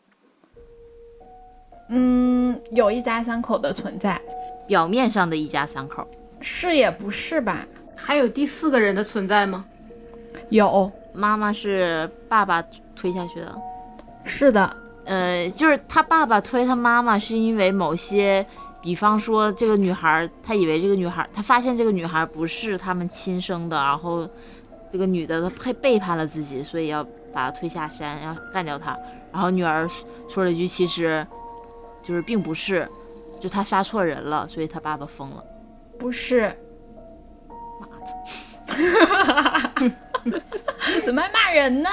嗯，有一家三口的存在， 表面上的一家三口， 是也不是吧？ 还有第四个人的存在吗？ 有， 妈妈是爸爸推下去的。 是的， 呃，就是他爸爸推他妈妈，是因为某些，比方说这个女孩，他以为这个女孩，他发现这个女孩不是他们亲生的，然后这个女的她背背叛了自己，所以要把她推下山，要干掉她。然后女儿说了一句，其实就是并不是，就他杀错人了，所以他爸爸疯了。 不是。 妈的。 怎么还骂人呢？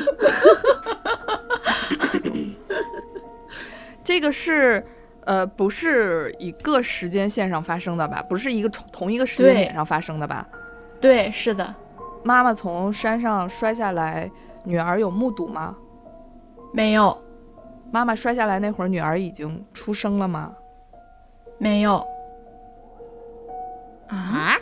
这个是呃，不是一个时间线上发生的吧？不是一个同一个时间点上发生的吧？ 对，是的。 妈妈从山上摔下来，女儿有目睹吗？ 没有。 妈妈摔下来那会儿，女儿已经出生了吗？ 没有。 啊？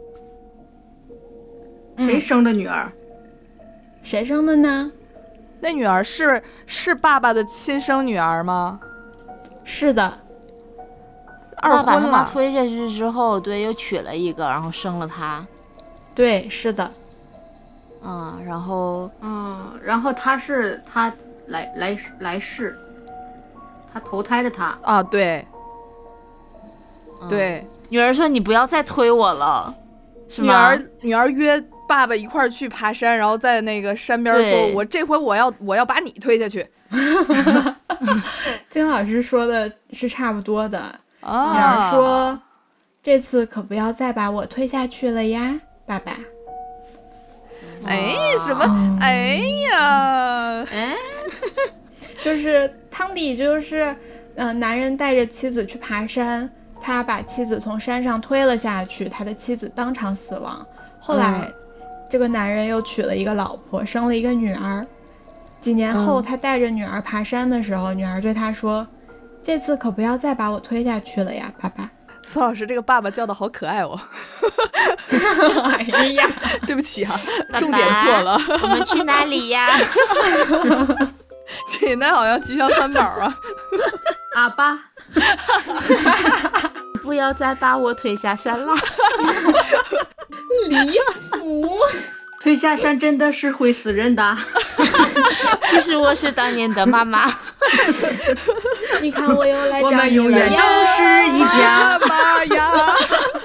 谁生的女儿？ 谁生的呢？ 那女儿是是爸爸的亲生女儿吗？ 是的。 二婚了。 把他妈推下去之后，对，又娶了一个，然后生了他。 对，是的。 嗯，然后嗯，然后他是他来来来世，他投胎的他啊，对， 嗯、 对。 女儿说：“你不要再推我了。”是吗？ 女儿女儿约爸爸一块儿去爬山，然后在那个山边说：“我这回我要我要把你推下去。” 金老师说的是差不多的。 啊、 女儿说：“这次可不要再把我推下去了呀，爸爸。” 哎，什么？嗯、哎呀， 哎， 就是汤底就是，嗯、呃，男人带着妻子去爬山。他把妻子从山上推了下去，他的妻子当场死亡。后来，嗯、这个男人又娶了一个老婆，生了一个女儿。几年后，嗯、他带着女儿爬山的时候，女儿对他说：“这次可不要再把我推下去了呀，爸爸。” 苏老师这个爸爸叫的好可爱哦。 哎呀， 对不起啊，重点错了。 我们去哪里呀？ 这那好像吉祥三宝啊。 阿爸。 不要再把我推下山了。 离谱。 推下山真的是会死人的。 其实我是当年的妈妈。 你看我又来找你了， 我们永远都是一家妈呀。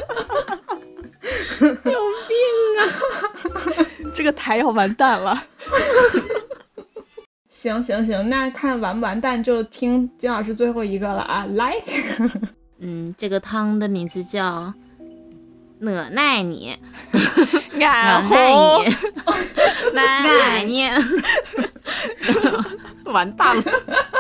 有病啊。 这个台要完蛋了。 行行行，那看完不完蛋就听金老师最后一个了啊，来。 嗯，这个汤的名字叫我奈你，我俺奈红你，我奈你，完蛋了。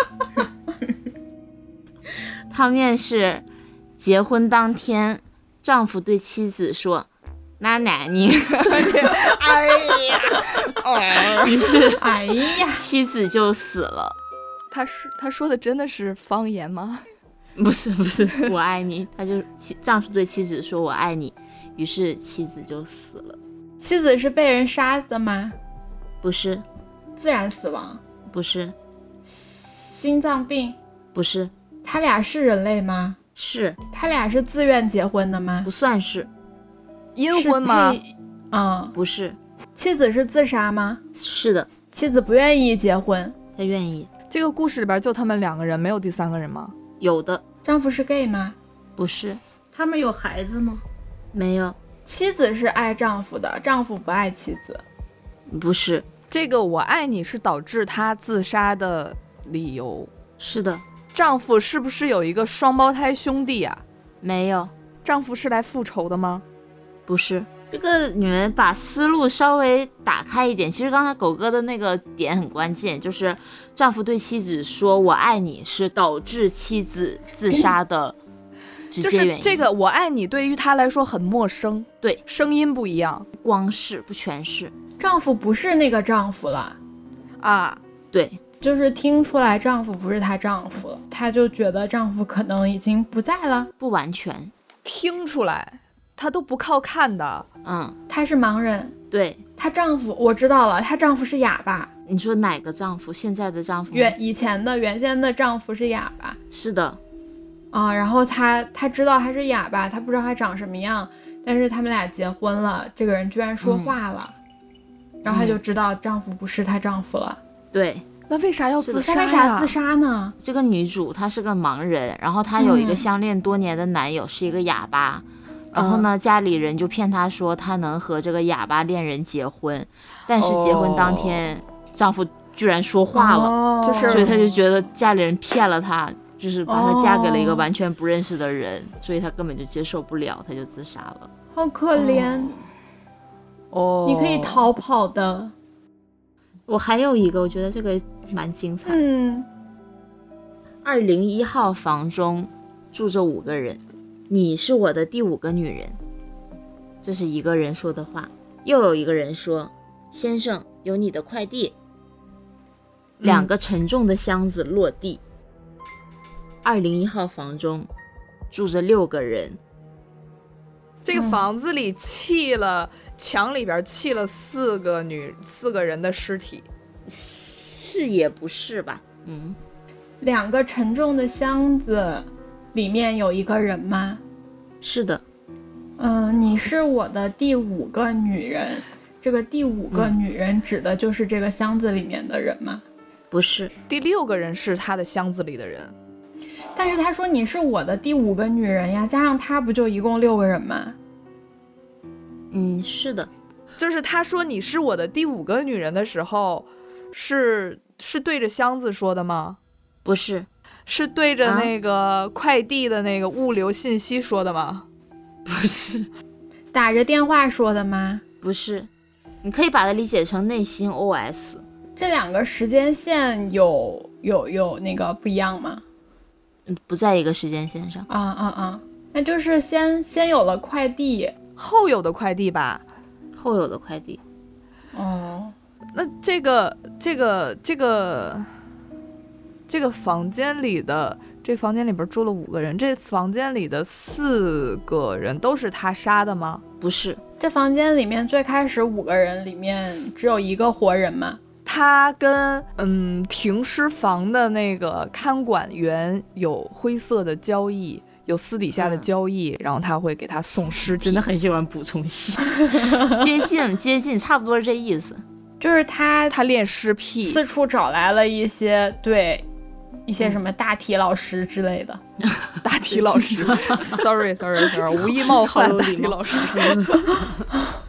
汤面是结婚当天，丈夫对妻子说：“那奶你。”哎呀，于是哎呀， 妻子就死了。 他是他说的真的是方言吗？ 不是不是，我爱你。他就丈夫对妻子说：“我爱你。”于是妻子就死了。 妻子是被人杀的吗？ 不是， 自然死亡？ 不是， 心脏病？ 不是， 他俩是人类吗？ 是， 他俩是自愿结婚的吗不？算是， 阴婚吗？ 是配嗯， 不是， 妻子是自杀吗？ 是的， 妻子不愿意结婚。 他愿意。 这个故事里边就他们两个人，没有第三个人吗？ 有的， 丈夫是 gay 吗？ 不是， 他们有孩子吗？ 没有， 妻子是爱丈夫的，丈夫不爱妻子。 不是， 这个我爱你是导致他自杀的理由。 是的， 丈夫是不是有一个双胞胎兄弟啊？ 没有， 丈夫是来复仇的吗？ 不是。这个你们把思路稍微打开一点，其实刚才狗哥的那个点很关键，就是丈夫对妻子说我爱你是导致妻子自杀的直就接原因。 是这个我爱你对于他来说很陌生， 对， 声音不一样不光是不全是， 丈夫不是那个丈夫了， 啊。 对， 就是听出来丈夫不是她丈夫了，她就觉得丈夫可能已经不在了。 不完全， 听出来，他都不靠看的。 嗯， 她是盲人， 对。 她丈夫我知道了，她丈夫是哑巴。 你说哪个丈夫？现在的丈夫吗？ 原以前的原先的丈夫是哑巴是的， 啊，然后她她知道他是哑巴，她不知道他长什么样，但是他们俩结婚了，这个人居然说话了，嗯、然后她就知道丈夫不是她丈夫了。 对。 那为啥要自杀呀？ 她为啥自杀呢？ 这个女主她是个盲人，然后她有一个相恋多年的男友是一个哑巴。嗯然后呢，家里人就骗她说她能和这个哑巴恋人结婚，但是结婚当天，哦、丈夫居然说话了， 哦、 就是所以她就觉得家里人骗了她，就是把她嫁给了一个完全不认识的人，哦、所以她根本就接受不了，她就自杀了。 好可怜哦， 你可以逃跑的。 我还有一个，我觉得这个蛮精彩。 嗯， 二零一号房中住着五个人。你是我的第五个女人，这是一个人说的话。又有一个人说：“先生，有你的快递。”两个沉重的箱子落地。二零一号房中住着六个人。 这个房子里砌了，墙里边砌了四个女四个人的尸体， 是也不是吧？嗯， 两个沉重的箱子。里面有一个人吗？ 是的。 嗯、呃，你是我的第五个女人。这个第五个女人指的就是这个箱子里面的人吗？ 不是， 第六个人是他的箱子里的人。 但是他说你是我的第五个女人呀，加上他不就一共六个人吗？ 嗯，是的。 就是他说你是我的第五个女人的时候，是是对着箱子说的吗？ 不是。 是对着那个快递的那个物流信息说的吗？ 不是。 打着电话说的吗？ 不是。你可以把它理解成内心 O S。 这两个时间线有有有那个不一样吗？ 嗯，不在一个时间线上。 啊啊啊！那就是先先有了快递， 后有的快递吧？ 后有的快递。 哦， 那这个这个这个。这个房间里的这房间里边住了五个人，这房间里的四个人都是他杀的吗？ 不是。 这房间里面最开始五个人里面只有一个活人吗？ 他跟嗯停尸房的那个看管员有灰色的交易，有私底下的交易，嗯、然后他会给他送尸体。 真的很喜欢补充戏。接近接近，差不多是这意思。 就是他他练尸癖， 四处找来了一些对。一些什么大体老师之类的， 嗯、大体老师，sorry sorry sorry， 无意冒犯大体老师。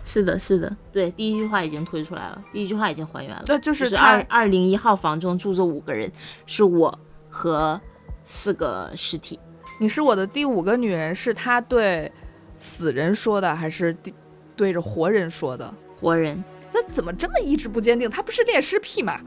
是的，是的，对，第一句话已经推出来了，第一句话已经还原了， 那就是他二二零一号房中住着五个人，是我和四个尸体。 你是我的第五个女人，是他对死人说的，还是对着活人说的？ 活人。 那怎么这么意志不坚定？他不是恋尸癖吗？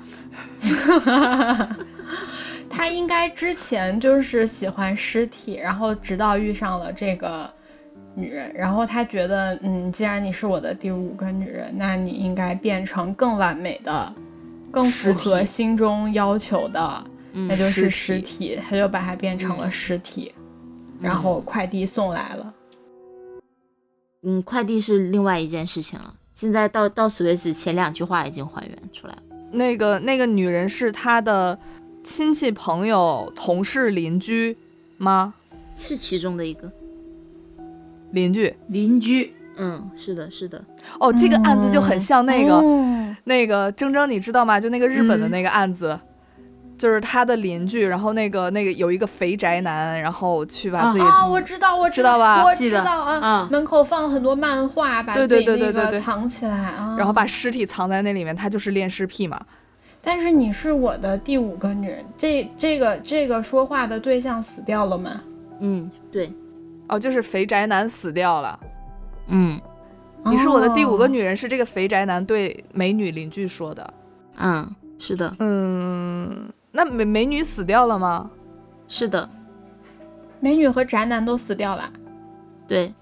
他应该之前就是喜欢尸体，然后直到遇上了这个女人，然后他觉得，嗯，既然你是我的第五个女人，那你应该变成更完美的、更符合心中要求的，那就是尸体。他就把它变成了尸体，嗯、然后快递送来了。 嗯，快递是另外一件事情了。现在到到此为止，前两句话已经还原出来了。 那个那个女人是他的亲戚、朋友、同事、邻居吗？ 是其中的一个邻居。 邻居， 嗯，是的，是的。 哦，这个案子就很像那个、 嗯、 那个铮铮，你知道吗？就那个日本的那个案子。嗯，就是他的邻居，然后那个那个有一个肥宅男，然后去把自己啊，我知道，我知道吧？ 我知道啊，啊门口放很多漫画，把自己那个藏起来啊， 然后把尸体藏在那里面，他就是恋尸癖嘛。 但是你是我的第五个女人，这这个这个说话的对象死掉了吗？ 嗯，对， 哦，就是肥宅男死掉了。 嗯， 你是我的第五个女人，是这个肥宅男对美女邻居说的。 嗯，是的。 嗯。那美美女死掉了吗？ 是的， 美女和宅男都死掉了。 对，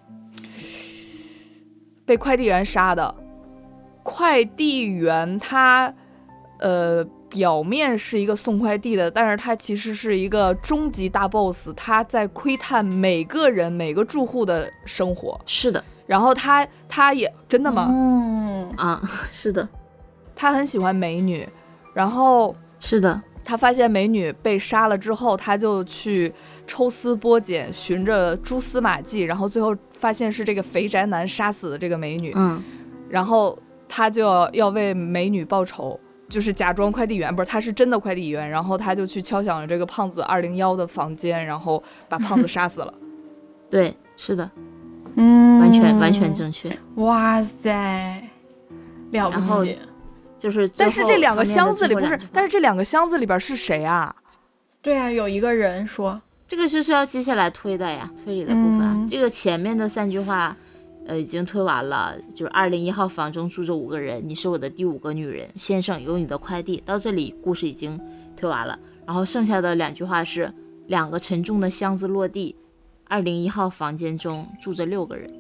被快递员杀的。快递员他呃表面是一个送快递的，但是他其实是一个终极大 boss， 他在窥探每个人每个住户的生活。 是的， 然后他他也真的吗？ 嗯啊，是的， 他很喜欢美女，然后是的。 他发现美女被杀了之后，他就去抽丝剥茧，循着蛛丝马迹，然后最后发现是这个肥宅男杀死的这个美女。 嗯， 然后他就要为美女报仇，就是假装快递员，不是，他是真的快递员。然后他就去敲响了这个胖子二零一的房间，然后把胖子杀死了。 对，是的， 嗯， 完全完全正确。 哇塞，了不起。 就是， 但是这两个箱子里不是，但是这两个箱子里边是谁啊？ 对啊，有一个人说， 这个就是要接下来推的呀，推理的部分。嗯、这个前面的三句话，呃，已经推完了。就是二零一号房中住着五个人，你是我的第五个女人，先生有你的快递。到这里故事已经推完了，然后剩下的两句话是两个沉重的箱子落地，二零一号房间中住着六个人。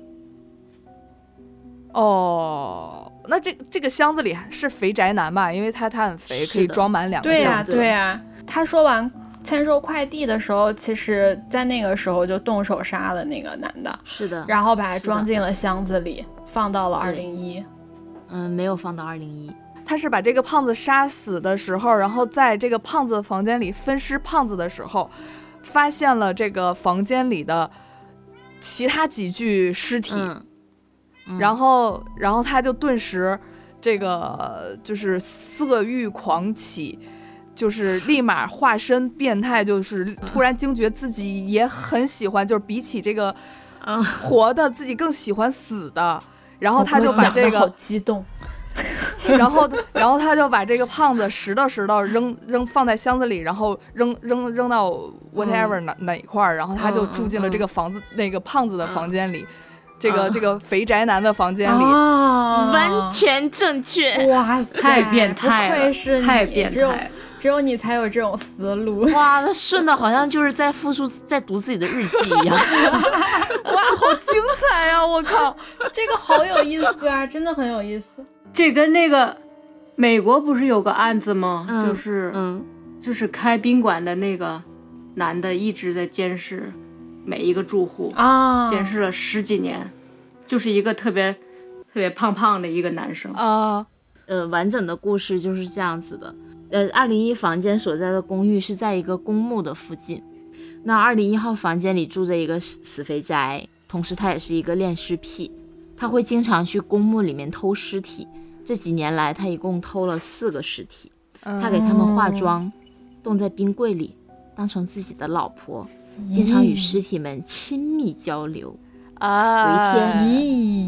哦，那这这个箱子里是肥宅男吧？因为他他很肥，可以装满两个箱子。 对呀、啊、对呀、啊。他说完签收快递的时候，其实在那个时候就动手杀了那个男的。 是的。 然后把它装进了箱子里，放到了二零一。 嗯，没有放到二零一。 他是把这个胖子杀死的时候，然后在这个胖子的房间里分尸胖子的时候，发现了这个房间里的其他几具尸体。 嗯然后，然后他就顿时，这个就是色欲狂起，就是立马化身变态，就是突然惊觉自己也很喜欢，就是比起这个活的，自己更喜欢死的。然后他就把这个好激动， 然后，然后他就把这个胖子拾到拾到扔扔放在箱子里，然后扔扔扔到 whatever 哪、嗯、哪一块儿，然后他就住进了这个房子、嗯、那个胖子的房间里。这个、啊、这个肥宅男的房间里、 啊、 完全正确。 哇塞， 太变态了， 不愧是你， 太变态， 只有只有你才有这种思路。 哇，他顺的好像就是在复述，在读自己的日记一样。 哇，好精彩啊！我靠， 这个好有意思啊，真的很有意思。 这跟那个美国不是有个案子吗？ 嗯、 就是嗯， 就是开宾馆的那个男的一直在监视每一个住户啊， 监视了十几年，就是一个特别特别胖胖的一个男生啊。 呃，完整的故事就是这样子的。呃，二零一房间所在的公寓是在一个公墓的附近。那二零一号房间里住着一个死肥宅，同时他也是一个恋尸癖，他会经常去公墓里面偷尸体。这几年来，他一共偷了四个尸体，他给他们化妆，冻在冰柜里，当成自己的老婆。经常与尸体们亲密交流啊！ 有一天， 咦，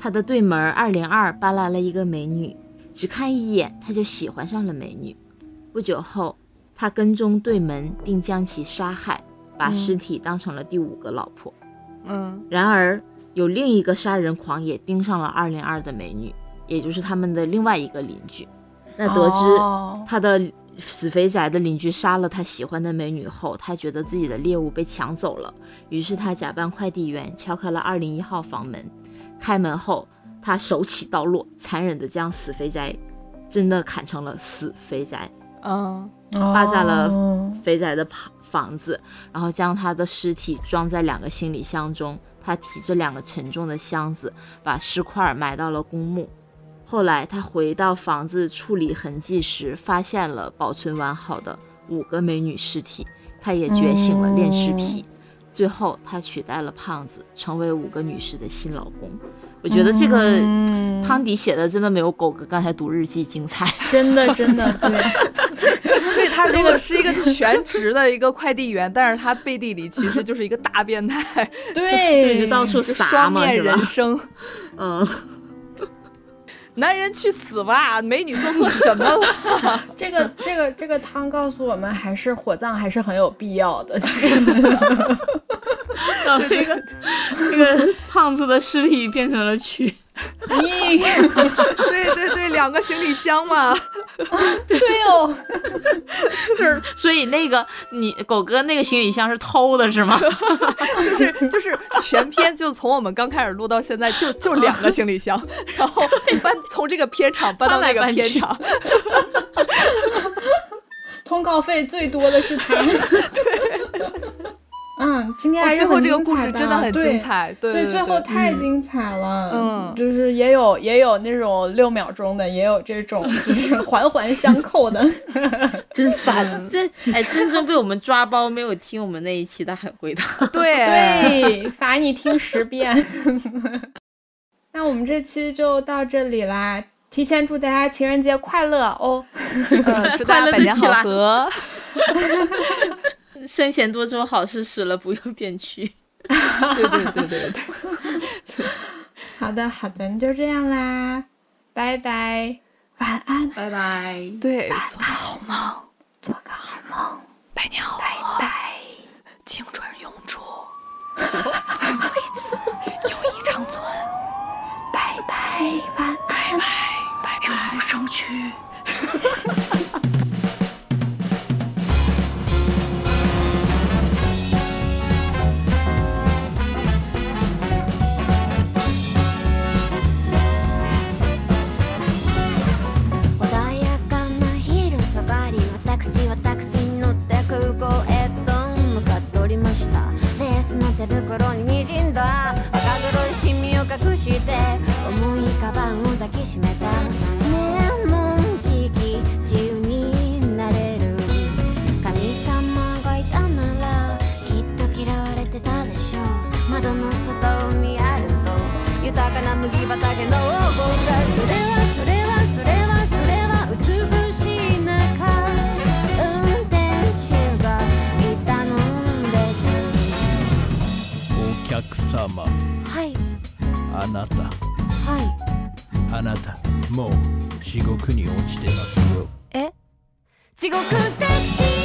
他的对门二零二搬来了一个美女，只看一眼他就喜欢上了美女。不久后，他跟踪对门并将其杀害，把尸体当成了第五个老婆。 嗯， 然而有另一个杀人狂也盯上了二零二的美女，也就是他们的另外一个邻居。那得知他的死肥宅的邻居杀了他喜欢的美女后，他觉得自己的猎物被抢走了，于是他假扮快递员敲开了二零一号房门。开门后，他手起刀落，残忍地将死肥宅真的砍成了死肥宅， 嗯， 霸占了肥宅的房子，然后将他的尸体装在两个行李箱中。他提着两个沉重的箱子，把尸块埋到了公墓。后来他回到房子处理痕迹时，发现了保存完好的五个美女尸体，他也觉醒了恋尸癖。最后他取代了胖子，成为五个女士的新老公。我觉得这个汤迪写的真的没有狗哥刚才读日记精彩， 真的真的对。 对，他这个是一个全职的一个快递员，但是他背地里其实就是一个大变态， 对， 就到处撒双面人生。 嗯， 男人去死吧，美女做错什么了？ 这个这个这个汤告诉我们，还是火葬还是很有必要的。就是然后那个那个胖子的尸体变成了蛆。 对对对，两个行李箱嘛。 对哦， 就是所以那个你狗哥那个行李箱是偷的是吗？ 就是就是全篇就从我们刚开始录到现在就就两个行李箱，然后搬从这个片场搬到那个片场。 通告费最多的是他。对。嗯，今天还是很精彩的、哦、最后这个故事真的很精彩，对对, 对, 对, 对，最后太精彩了， 嗯， 就是也有也有那种六秒钟的，也有这种就是环环相扣的， 真烦，这哎，真正被我们抓包没有听我们那一期的海龟汤， 对对，罚你听十遍。那我们这期就到这里啦，提前祝大家情人节快乐哦， 呃、祝大家百年好合。 身闲多周好事使了，不用变屈。 对对对对对。 好的好的，那就这样啦，拜拜，晚安， 拜拜。 对，做个好梦， 做个好梦， 百年好合，拜拜， 青春永驻，友谊长存， 拜拜，晚安， 拜拜，拜拜， 永不生屈。 手袋に滲んだ赤黒いシミを隠して重いカバンを抱きしめたねえもうじき自由になれる神様がいたならきっと嫌われてたでしょう窓の外を見やると豊かな麦畑の黄金がそれはそれはそれはそれは美しい中運転手がいたのお客様、 はい、 あなた、 はい、 あなたもう地獄に落ちてますよ。 え？地獄タクシー